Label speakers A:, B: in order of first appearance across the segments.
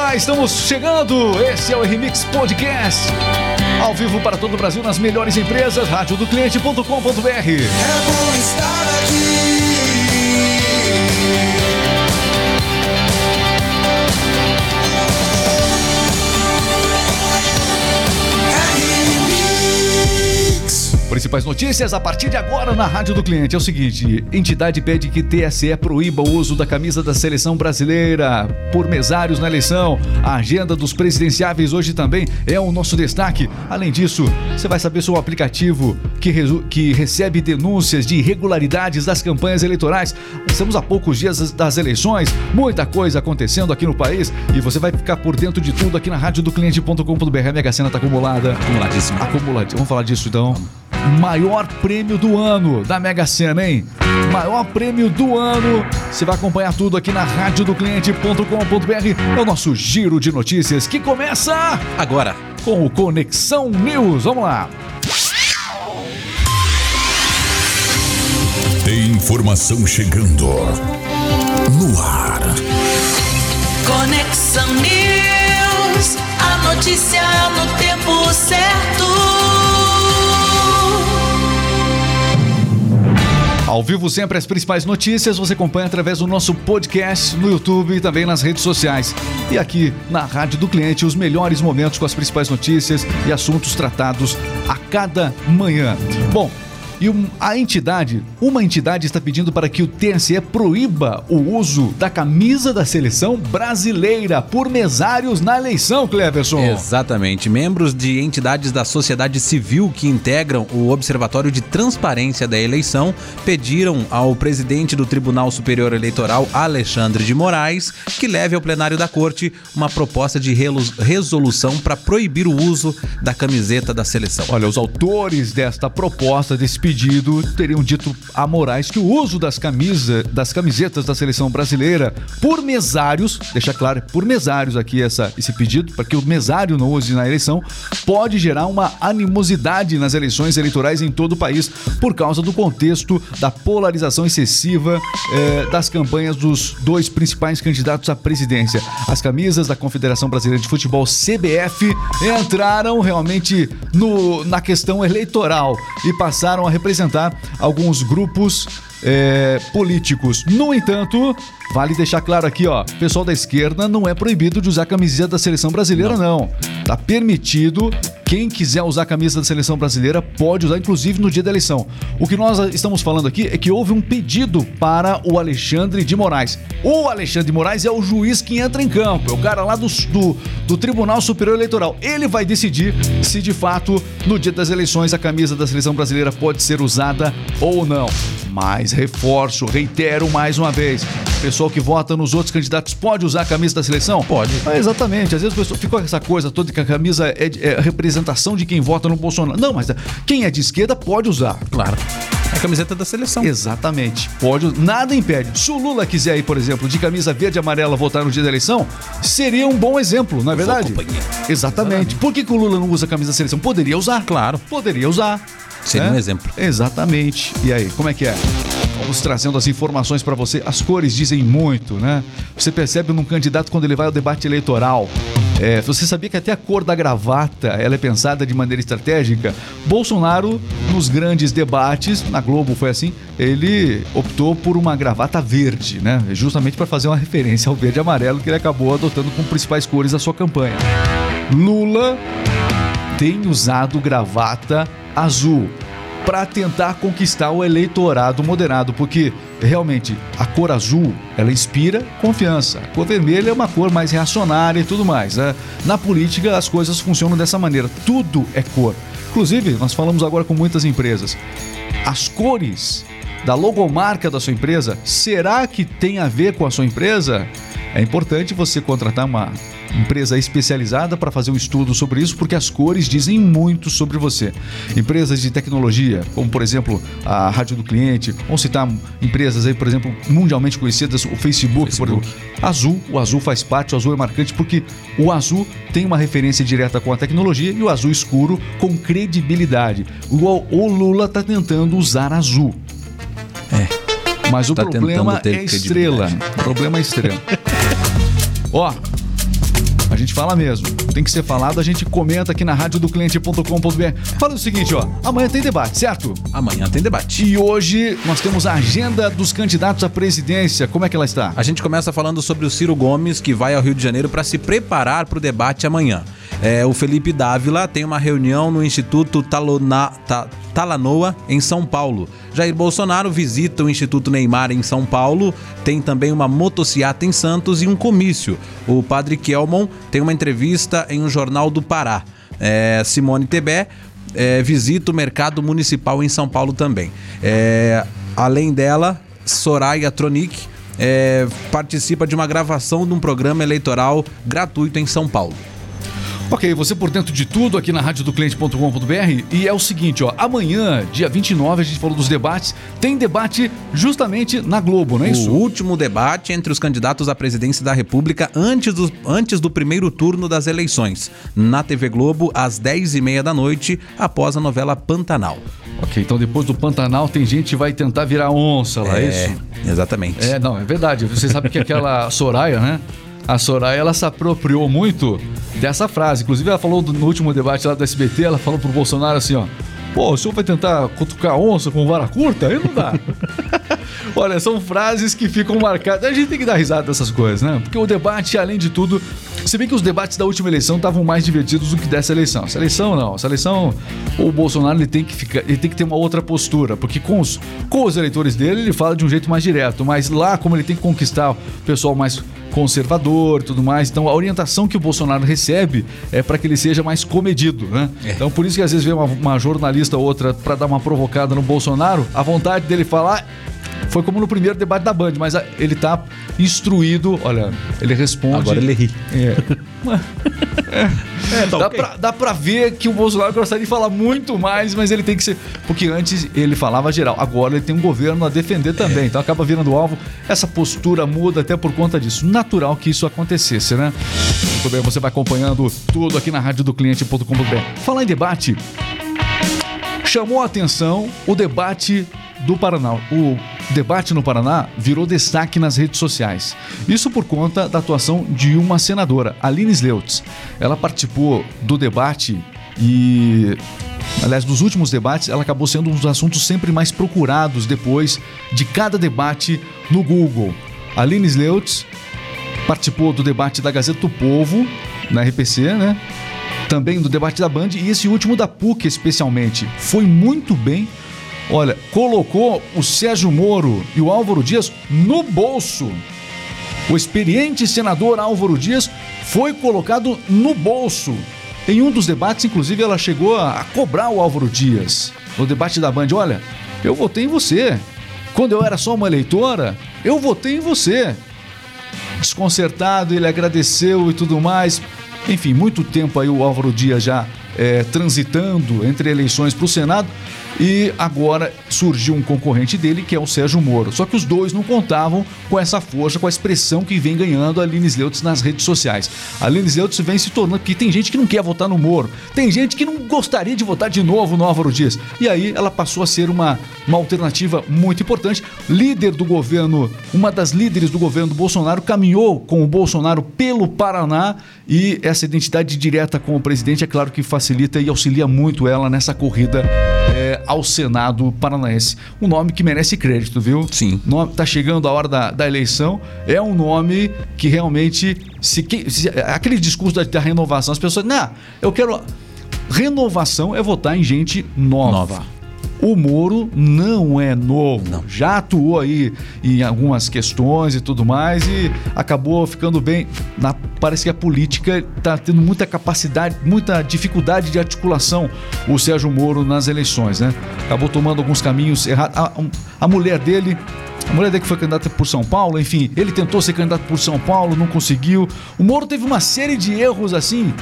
A: lá, estamos chegando. Esse é o RMix Podcast, ao vivo para todo o Brasil, nas melhores empresas, radiodocliente.com.br.
B: É bom estar aqui.
A: Principais notícias a partir de agora na Rádio do Cliente. É o seguinte: entidade pede que TSE proíba o uso da camisa da seleção brasileira por mesários na eleição. A agenda dos presidenciáveis hoje também é o nosso destaque. Além disso, você vai saber sobre o aplicativo que recebe denúncias de irregularidades das campanhas eleitorais. Estamos a poucos dias das eleições, muita coisa acontecendo aqui no país e você vai ficar por dentro de tudo aqui na radiodocliente.com.br. A Mega Sena está acumulada.
C: Acumuladíssima.
A: Vamos falar disso então. Maior prêmio do ano da Mega Sena, hein? Maior prêmio do ano. Você vai acompanhar tudo aqui na radiodocliente.com.br. É o nosso giro de notícias que começa
C: agora
A: com o Conexão News. Vamos lá.
D: Tem informação chegando no ar.
E: Conexão News, a notícia no tempo certo.
A: Ao vivo sempre as principais notícias, você acompanha através do nosso podcast no YouTube e também nas redes sociais. E aqui na Rádio do Cliente, os melhores momentos com as principais notícias e assuntos tratados a cada manhã. Bom, e uma entidade está pedindo para que o TSE proíba o uso da camisa da seleção brasileira por mesários na eleição, Cleverson.
C: Exatamente. Membros de entidades da sociedade civil que integram o Observatório de Transparência da Eleição pediram ao presidente do Tribunal Superior Eleitoral, Alexandre de Moraes, que leve ao plenário da Corte uma proposta de resolução para proibir o uso da camiseta da seleção.
A: Olha, os autores desta proposta, desse pedido, teriam dito a Moraes que o uso das camisetas da seleção brasileira por mesários, deixa claro, por mesários aqui esse pedido, para que o mesário não use na eleição, pode gerar uma animosidade nas eleições eleitorais em todo o país, por causa do contexto da polarização excessiva das campanhas dos dois principais candidatos à presidência. As camisas da Confederação Brasileira de Futebol, CBF, entraram realmente na questão eleitoral e passaram a representar alguns grupos políticos. No entanto, vale deixar claro aqui, ó, pessoal da esquerda, não é proibido de usar a camiseta da seleção brasileira, não. Tá permitido. Quem quiser usar a camisa da seleção brasileira pode usar, inclusive no dia da eleição. O que nós estamos falando aqui é que houve um pedido para o Alexandre de Moraes. O Alexandre de Moraes é o juiz que entra em campo, é o cara lá do Tribunal Superior Eleitoral. Ele vai decidir se de fato no dia das eleições a camisa da seleção brasileira pode ser usada ou não. Mas reitero mais uma vez, o pessoal que vota nos outros candidatos pode usar a camisa da seleção?
C: Pode.
A: Exatamente, às vezes o pessoal fica com essa coisa toda que a camisa é a representação de quem vota no Bolsonaro. Não, mas quem é de esquerda pode usar.
C: Claro. É a camiseta da seleção.
A: Exatamente. Pode, nada impede. Se o Lula quiser ir, por exemplo, de camisa verde e amarela votar no dia da eleição, seria um bom exemplo, não é verdade? Exatamente. Por que o Lula não usa a camisa da seleção? Poderia usar.
C: Claro.
A: Poderia usar.
C: Seria um exemplo.
A: Exatamente. E aí, como é que é? Vamos trazendo as informações para você. As cores dizem muito, né? Você percebe num candidato quando ele vai ao debate eleitoral. Você sabia que até a cor da gravata ela é pensada de maneira estratégica? Bolsonaro, nos grandes debates, na Globo foi assim, ele optou por uma gravata verde, né? Justamente para fazer uma referência ao verde e amarelo que ele acabou adotando como principais cores da sua campanha. Lula tem usado gravata azul para tentar conquistar o eleitorado moderado, porque realmente a cor azul ela inspira confiança, a cor vermelha é uma cor mais reacionária e tudo mais, né? Na política as coisas funcionam dessa maneira, tudo é cor. Inclusive, nós falamos agora com muitas empresas, as cores da logomarca da sua empresa, será que tem a ver com a sua empresa? É importante você contratar uma empresa especializada para fazer um estudo sobre isso, porque as cores dizem muito sobre você. Empresas de tecnologia, como por exemplo a Rádio do Cliente, vamos citar empresas aí, por exemplo, mundialmente conhecidas, o Facebook. Por exemplo. O azul faz parte, o azul é marcante porque o azul tem uma referência direta com a tecnologia e o azul escuro com credibilidade. O Lula está tentando usar azul. Mas o problema é estrela. O problema é estrela. Ó, gente fala mesmo. Tem que ser falado, a gente comenta aqui na radiodocliente.com.br. Fala o seguinte, ó, amanhã tem debate, certo?
C: Amanhã tem debate.
A: E hoje nós temos a agenda dos candidatos à presidência. Como é que ela está?
C: A gente começa falando sobre o Ciro Gomes, que vai ao Rio de Janeiro para se preparar para o debate amanhã. O Felipe Dávila tem uma reunião no Instituto Talanoa, em São Paulo. Jair Bolsonaro visita o Instituto Neymar em São Paulo, tem também uma motociata em Santos e um comício. O padre Kelmon tem uma entrevista em um jornal do Pará. Simone Tebet visita o mercado municipal em São Paulo também. Além dela, Soraya Tronic participa de uma gravação de um programa eleitoral gratuito em São Paulo.
A: Ok, você por dentro de tudo aqui na radiodocliente.com.br. E é o seguinte, ó, amanhã, dia 29, a gente falou dos debates, tem debate justamente na Globo, não é isso?
C: O último debate entre os candidatos à presidência da República antes do primeiro turno das eleições, na TV Globo, às 10h30 da noite, após a novela Pantanal.
A: Ok, então depois do Pantanal tem gente que vai tentar virar onça lá, é isso?
C: Exatamente.
A: Não, é verdade. Você sabe que aquela Soraya, né? A Soraya, ela se apropriou muito dessa frase. Inclusive, ela falou no último debate lá do SBT, ela falou pro Bolsonaro assim, ó: pô, o senhor vai tentar cutucar onça com vara curta? Aí não dá. Olha, são frases que ficam marcadas. A gente tem que dar risada dessas coisas, né? Porque o debate, além de tudo, se bem que os debates da última eleição estavam mais divertidos do que dessa eleição. Essa eleição não. Essa eleição, o Bolsonaro ele tem que ter uma outra postura, porque com os eleitores dele ele fala de um jeito mais direto, mas lá, como ele tem que conquistar o pessoal mais conservador e tudo mais, então a orientação que o Bolsonaro recebe é para que ele seja mais comedido, né? Então por isso que às vezes vem uma jornalista ou outra para dar uma provocada no Bolsonaro, a vontade dele falar foi como no primeiro debate da Band, mas ele tá instruído, olha, ele responde.
C: Agora ele ri.
A: Dá pra ver que o Bolsonaro gostaria de falar muito mais, mas ele tem que ser... Porque antes ele falava geral, agora ele tem um governo a defender também, então acaba virando alvo. Essa postura muda até por conta disso. Natural que isso acontecesse, né? Muito bem, você vai acompanhando tudo aqui na radiodocliente.com.br. Falar em debate, chamou a atenção o debate do Paraná. O debate no Paraná virou destaque nas redes sociais. Isso por conta da atuação de uma senadora, Aline Sleutz. Ela participou do debate e, aliás, dos últimos debates, ela acabou sendo um dos assuntos sempre mais procurados depois de cada debate no Google. Aline Sleutz participou do debate da Gazeta do Povo, na RPC, né? Também do debate da Band e esse último da PUC especialmente. Foi muito bem. Olha, colocou o Sérgio Moro e o Álvaro Dias no bolso. O experiente senador Álvaro Dias foi colocado no bolso. Em um dos debates, inclusive, ela chegou a cobrar o Álvaro Dias. No debate da Band, olha, eu votei em você. Quando eu era só uma eleitora, eu votei em você. Desconcertado, ele agradeceu e tudo mais. Enfim, muito tempo aí o Álvaro Dias já transitando entre eleições para o Senado. E agora surgiu um concorrente dele, que é o Sérgio Moro. Só que os dois não contavam com essa força, com a expressão que vem ganhando a Aline Sleutz nas redes sociais. A Aline Sleutz vem se tornando, porque tem gente que não quer votar no Moro, tem gente que não gostaria de votar de novo no Álvaro Dias. E aí ela passou a ser uma alternativa muito importante. Líder do governo, uma das líderes do governo do Bolsonaro, caminhou com o Bolsonaro pelo Paraná e essa identidade direta com o presidente, é claro que facilita e auxilia muito ela nessa corrida ao Senado paranaense. Um nome que merece crédito, viu?
C: Sim.
A: Tá chegando a hora da eleição, é um nome que realmente, aquele discurso da renovação, as pessoas, eu quero... Renovação é votar em gente nova. O Moro não é novo, não. Já atuou aí em algumas questões e tudo mais e acabou ficando bem. Parece que a política está tendo muita capacidade, muita dificuldade de articulação, o Sérgio Moro nas eleições, né? Acabou tomando alguns caminhos errados. A mulher dele que foi candidata por São Paulo, enfim, ele tentou ser candidato por São Paulo, não conseguiu. O Moro teve uma série de erros assim,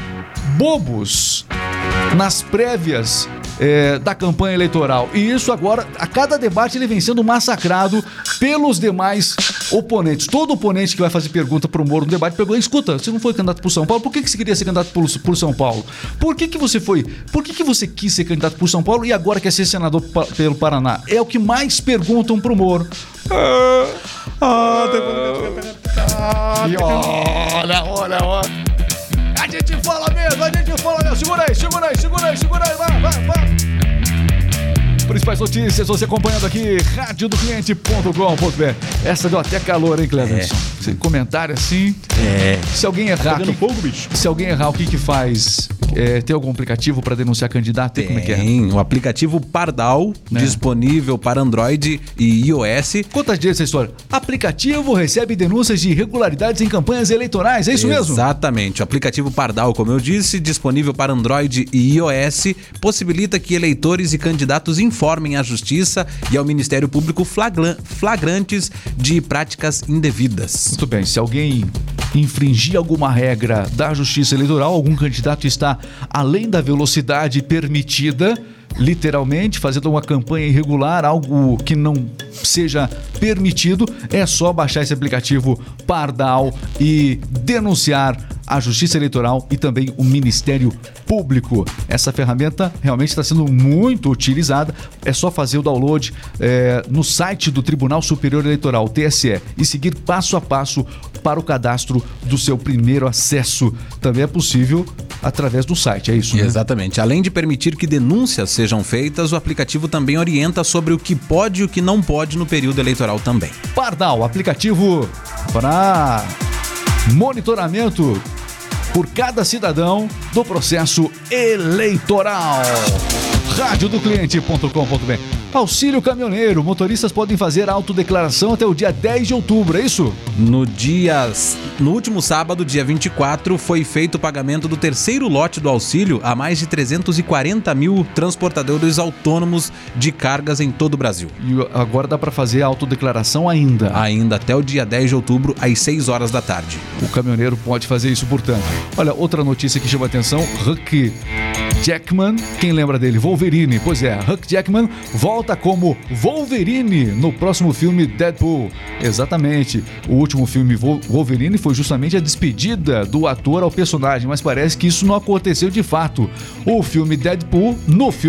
A: bobos, nas prévias da campanha eleitoral. E isso agora, a cada debate ele vem sendo massacrado pelos demais oponentes. Todo oponente que vai fazer pergunta pro Moro no debate pergunta: escuta, você não foi candidato por São Paulo? Por que você queria ser candidato por São Paulo? Por que você foi? Por que você quis ser candidato por São Paulo e agora quer ser senador pelo Paraná? É o que mais perguntam pro Moro. E olha. A gente fala mesmo. Segura aí. Vai. Principais notícias, você acompanhando aqui, radiodocliente.com.br. Essa deu até calor, hein, Cleverson? Comentário assim. Se alguém errar. Tá pegando fogo, bicho? Se alguém errar, o que faz? Tem algum aplicativo para denunciar candidato? Como é que é?
C: Tem o aplicativo Pardal, disponível para Android e iOS.
A: Quantas dias essa história? Aplicativo recebe denúncias de irregularidades em campanhas eleitorais, é isso mesmo?
C: Exatamente. O aplicativo Pardal, como eu disse, disponível para Android e iOS, possibilita que eleitores e candidatos informem à Justiça e ao Ministério Público flagrantes de práticas indevidas.
A: Muito bem, se alguém infringir alguma regra da Justiça Eleitoral, algum candidato está além da velocidade permitida, literalmente fazendo uma campanha irregular, algo que não seja permitido, é só baixar esse aplicativo Pardal e denunciar a Justiça Eleitoral e também o Ministério Público. Essa ferramenta realmente está sendo muito utilizada. É só fazer o download no site do Tribunal Superior Eleitoral, TSE, e seguir passo a passo para o cadastro do seu primeiro acesso. Também é possível através do site, é isso, né?
C: Exatamente. Além de permitir que denúncias sejam feitas, o aplicativo também orienta sobre o que pode e o que não pode no período eleitoral também.
A: Pardal, aplicativo para monitoramento por cada cidadão do processo eleitoral. radiodocliente.com.br. Auxílio caminhoneiro. Motoristas podem fazer autodeclaração até o dia 10 de outubro, é isso?
C: No último sábado, dia 24, foi feito o pagamento do terceiro lote do auxílio a mais de 340 mil transportadores autônomos de cargas em todo o Brasil.
A: E agora dá para fazer a autodeclaração ainda?
C: Ainda até o dia 10 de outubro, às 6 horas da tarde.
A: O caminhoneiro pode fazer isso, portanto. Olha, outra notícia que chama a atenção, Hugh Jackman, quem lembra dele? Wolverine. Pois é, Hugh Jackman volta como Wolverine no próximo filme Deadpool. Exatamente. O último filme Wolverine foi justamente a despedida do ator ao personagem, mas parece que isso não aconteceu de fato. No filme Deadpool,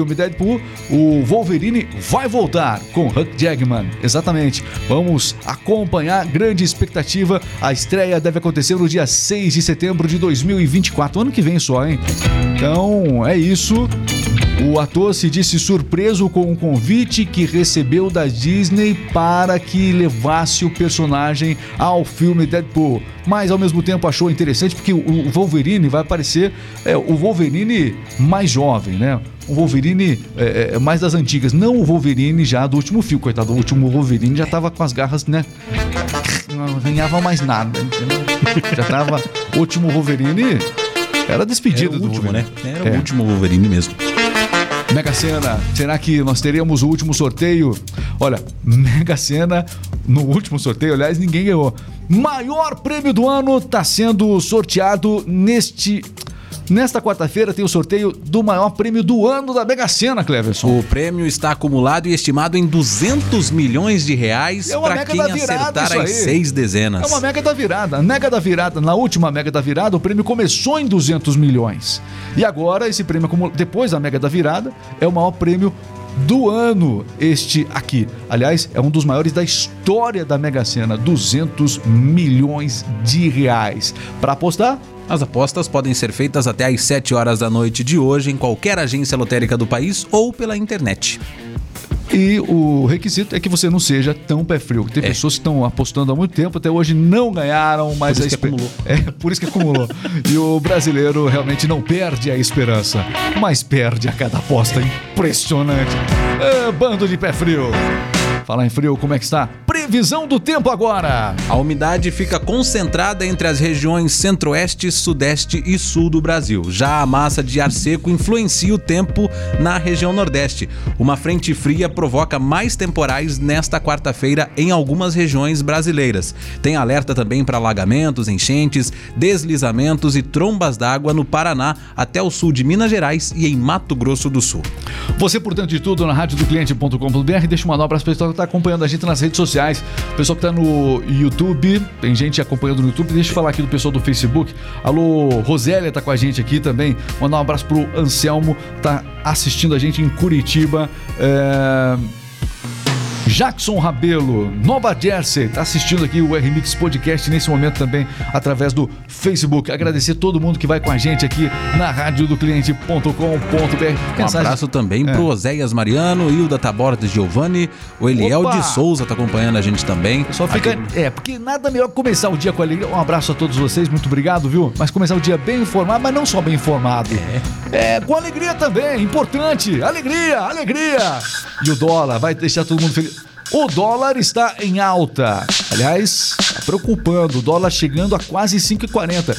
A: o Wolverine vai voltar com Hugh Jackman. Exatamente. Vamos acompanhar, grande expectativa. A estreia deve acontecer no dia 6 de setembro de 2024, ano que vem só, hein? Então, é isso. O ator se disse surpreso com o convite que recebeu da Disney para que levasse o personagem ao filme Deadpool, mas ao mesmo tempo achou interessante porque o Wolverine vai aparecer, o Wolverine mais jovem, né? O Wolverine mais das antigas, não o Wolverine já do último filme, coitado, o último Wolverine já tava com as garras, né? Não ganhava mais nada, entendeu? Já tava, o último Wolverine era despedido do último,
C: né? Era o último Wolverine mesmo.
A: Mega Sena, será que nós teremos o último sorteio? Olha, Mega Sena, no último sorteio, aliás, ninguém ganhou. Maior prêmio do ano está sendo sorteado nesta quarta-feira. Tem o sorteio do maior prêmio do ano da Mega Sena, Cleverson.
C: O prêmio está acumulado e estimado em 200 milhões de reais para quem acertar as 6 dezenas.
A: É uma Mega da Virada. Mega da Virada, na última Mega da Virada, o prêmio começou em 200 milhões. E agora esse prêmio, depois da Mega da Virada, é o maior prêmio do ano, este aqui. Aliás, é um dos maiores da história da Mega Sena, 200 milhões de reais. Para apostar?
C: As apostas podem ser feitas até às 7 horas da noite de hoje em qualquer agência lotérica do país ou pela internet.
A: E o requisito é que você não seja tão pé frio. Tem pessoas que estão apostando há muito tempo, até hoje não ganharam, mas
C: por isso que acumulou.
A: Por isso que acumulou. E o brasileiro realmente não perde a esperança, mas perde a cada aposta. Impressionante. Bando de pé frio. Falar em frio, como é que está? Previsão do tempo agora.
C: A umidade fica concentrada entre as regiões centro-oeste, sudeste e sul do Brasil. Já a massa de ar seco influencia o tempo na região nordeste. Uma frente fria provoca mais temporais nesta quarta-feira em algumas regiões brasileiras. Tem alerta também para alagamentos, enchentes, deslizamentos e trombas d'água no Paraná até o sul de Minas Gerais e em Mato Grosso do Sul.
A: Você, portanto, de tudo na radiodocliente.com.br. Deixa um manobra para as pessoas que estão acompanhando a gente nas redes sociais. O pessoal que está no YouTube, tem gente acompanhando no YouTube. Deixa eu falar aqui do pessoal do Facebook. Alô, Rosélia está com a gente aqui também. Mandar um abraço pro Anselmo, tá assistindo a gente em Curitiba. Jackson Rabelo, Nova Jersey, tá assistindo aqui o R-Mix Podcast nesse momento também através do Facebook. Agradecer todo mundo que vai com a gente aqui na radiodocliente.com.br.
C: Um abraço também pro Oséias Mariano, Hilda Taborda Giovanni, o Eliel de Souza tá acompanhando a gente também.
A: Só fica... porque nada melhor que começar o dia com alegria. Um abraço a todos vocês, muito obrigado, viu? Mas começar o dia bem informado, mas não só bem informado. Com alegria também, importante. Alegria. E o dólar vai deixar todo mundo feliz. O dólar está em alta. Aliás, tá preocupando. O dólar chegando a quase 5,40.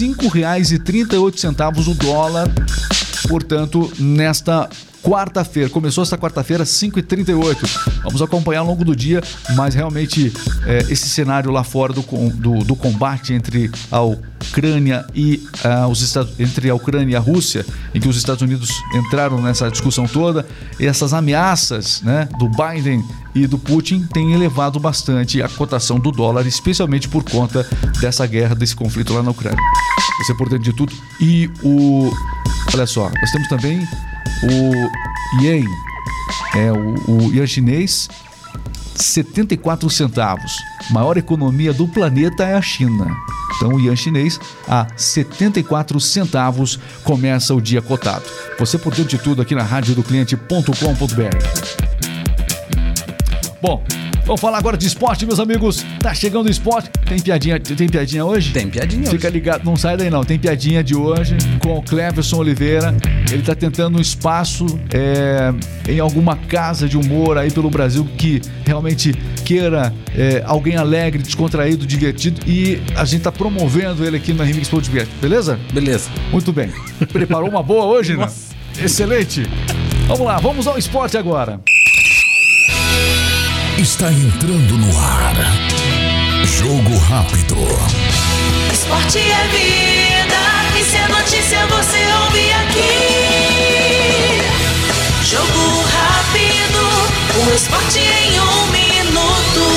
A: R$5,38 o dólar. Portanto, nesta quarta-feira. Começou esta quarta-feira, 5h38. Vamos acompanhar ao longo do dia, mas realmente esse cenário lá fora do combate entre a Ucrânia e entre a Ucrânia e a Rússia, em que os Estados Unidos entraram nessa discussão toda, e essas ameaças, né, do Biden e do Putin têm elevado bastante a cotação do dólar, especialmente por conta dessa guerra, desse conflito lá na Ucrânia. Isso é por dentro de tudo. E olha só, nós temos também o Yen, o Yen chinês, 74 centavos. Maior economia do planeta é a China. Então o Yen chinês a 74 centavos começa o dia cotado. Você por dentro de tudo aqui na radiodocliente.com.br. Bom, vamos falar agora de esporte, meus amigos. Tá chegando o esporte. Tem piadinha hoje?
C: Tem piadinha
A: Fica
C: hoje.
A: ligado, não sai daí não. Tem piadinha de hoje com o Cleverson Oliveira. Ele tá tentando um espaço em alguma casa de humor aí pelo Brasil que realmente queira alguém alegre, descontraído, divertido. E a gente tá promovendo ele aqui no R-Mix Podcast, beleza?
C: Beleza.
A: Muito bem. Preparou uma boa hoje, né? Excelente. Vamos lá, vamos ao esporte agora.
D: Está entrando no ar. Jogo rápido.
E: Esporte é vida, e se é notícia você ouve aqui. Jogo rápido, o esporte em 1 minuto.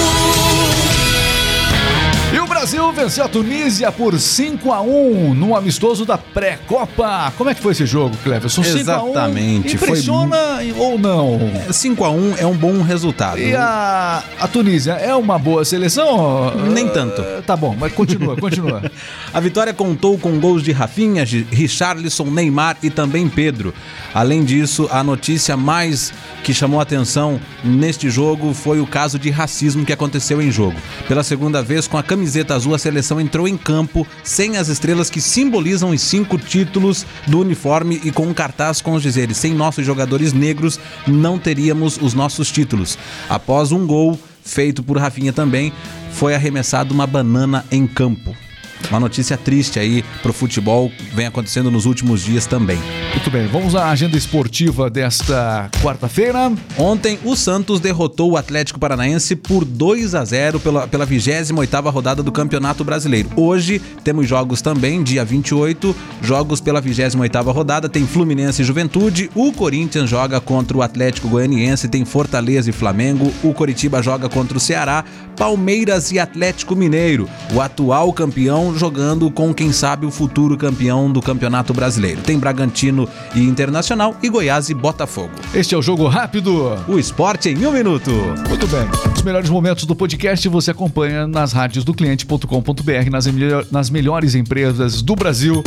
A: E o Brasil venceu a Tunísia por 5-1 no amistoso da pré-copa. Como é que foi esse jogo, Cleverson?
C: Exatamente.
A: 5-1. Impressiona ou não?
C: 5-1 é um bom resultado.
A: E a Tunísia é uma boa seleção?
C: Nem tanto.
A: Tá bom, mas continua.
C: A vitória contou com gols de Rafinha, Richarlison, Neymar e também Pedro. Além disso, a notícia mais que chamou a atenção neste jogo foi o caso de racismo que aconteceu em jogo. Pela segunda vez, com a camiseta azul, a seleção entrou em campo sem as estrelas que simbolizam os 5 títulos do uniforme e com um cartaz com os dizeres: sem nossos jogadores negros não teríamos os nossos títulos. Após um gol feito por Rafinha também, foi arremessado uma banana em campo. Uma notícia triste aí pro futebol, vem acontecendo nos últimos dias também.
A: Muito bem, vamos à agenda esportiva desta quarta-feira.
C: Ontem, o Santos derrotou o Atlético Paranaense por 2-0 pela 28ª rodada do Campeonato Brasileiro. Hoje, temos jogos também, dia 28, jogos pela 28ª rodada, tem Fluminense e Juventude, o Corinthians joga contra o Atlético Goianiense, tem Fortaleza e Flamengo, o Coritiba joga contra o Ceará, Palmeiras e Atlético Mineiro, o atual campeão jogando com, quem sabe, o futuro campeão do Campeonato Brasileiro. Tem Bragantino e Internacional e Goiás e Botafogo.
A: Este é o Jogo Rápido.
C: O esporte em 1 minuto.
A: Muito bem. Os melhores momentos do podcast você acompanha nas rádios do cliente.com.br, nas melhores empresas do Brasil.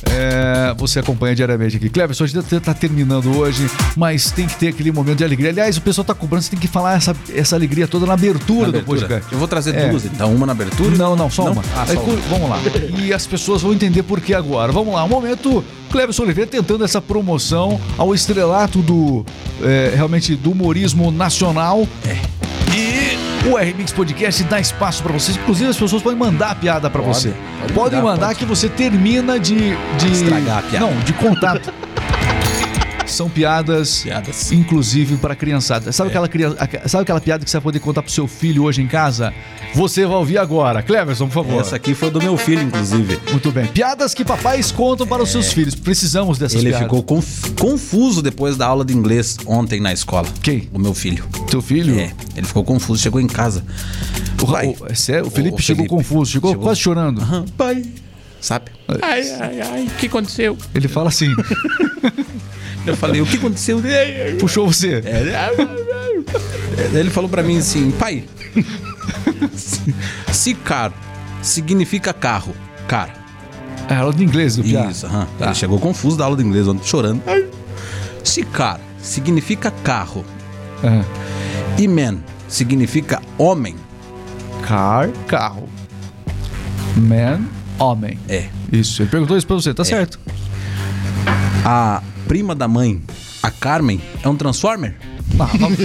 A: Você acompanha diariamente aqui. Cleverson, a gente tá terminando hoje, mas tem que ter aquele momento de alegria. Aliás, o pessoal tá cobrando, você tem que falar essa alegria toda na abertura do podcast.
C: Eu vou trazer duas, então. Uma na abertura?
A: Não, só uma.
C: Só uma.
A: Vamos lá. E as pessoas vão entender por que agora. Vamos lá, um momento, Cleverson Oliveira tentando essa promoção ao estrelato realmente do humorismo nacional. E o R-Mix Podcast dá espaço pra vocês. Inclusive, as pessoas podem mandar a piada pra você. Podem mandar que você termina de
C: estragar a piada.
A: Não, de contato. São piadas, inclusive para criançada. Sabe aquela piada que você vai poder contar pro seu filho hoje em casa? Você vai ouvir agora. Cleverson, por favor.
C: Essa aqui foi do meu filho, inclusive.
A: Muito bem. Piadas que papais contam para os seus filhos. Precisamos dessas piadas.
C: Ele ficou confuso depois da aula de inglês ontem na escola.
A: Quem?
C: O meu filho.
A: Teu filho?
C: Ele ficou confuso. Chegou em casa.
A: É sério? O Felipe chegou confuso. Chegou quase chorando.
C: Pai. Sabe? Ai, o que aconteceu?
A: Ele fala assim.
C: Eu falei, o que aconteceu?
A: Puxou você.
C: Ele falou pra mim assim, pai, se car significa carro, car.
A: É aula de inglês do Piá.
C: Isso, aham. Ele chegou confuso da aula de inglês, ontem, chorando. Se car significa carro e man significa homem.
A: Car, carro. Man, homem.
C: É.
A: Isso, ele perguntou isso pra você, tá certo.
C: A prima da mãe, a Carmen, é um Transformer?
A: Ah, vamos...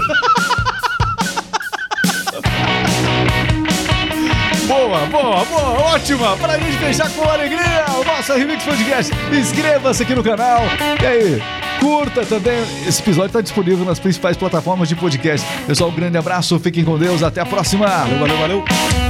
A: Boa, ótima! Pra gente fechar com alegria o nosso Remix Podcast. Inscreva-se aqui no canal. E aí, curta também. Esse episódio tá disponível nas principais plataformas de podcast. Pessoal, um grande abraço, fiquem com Deus, até a próxima.
C: Valeu.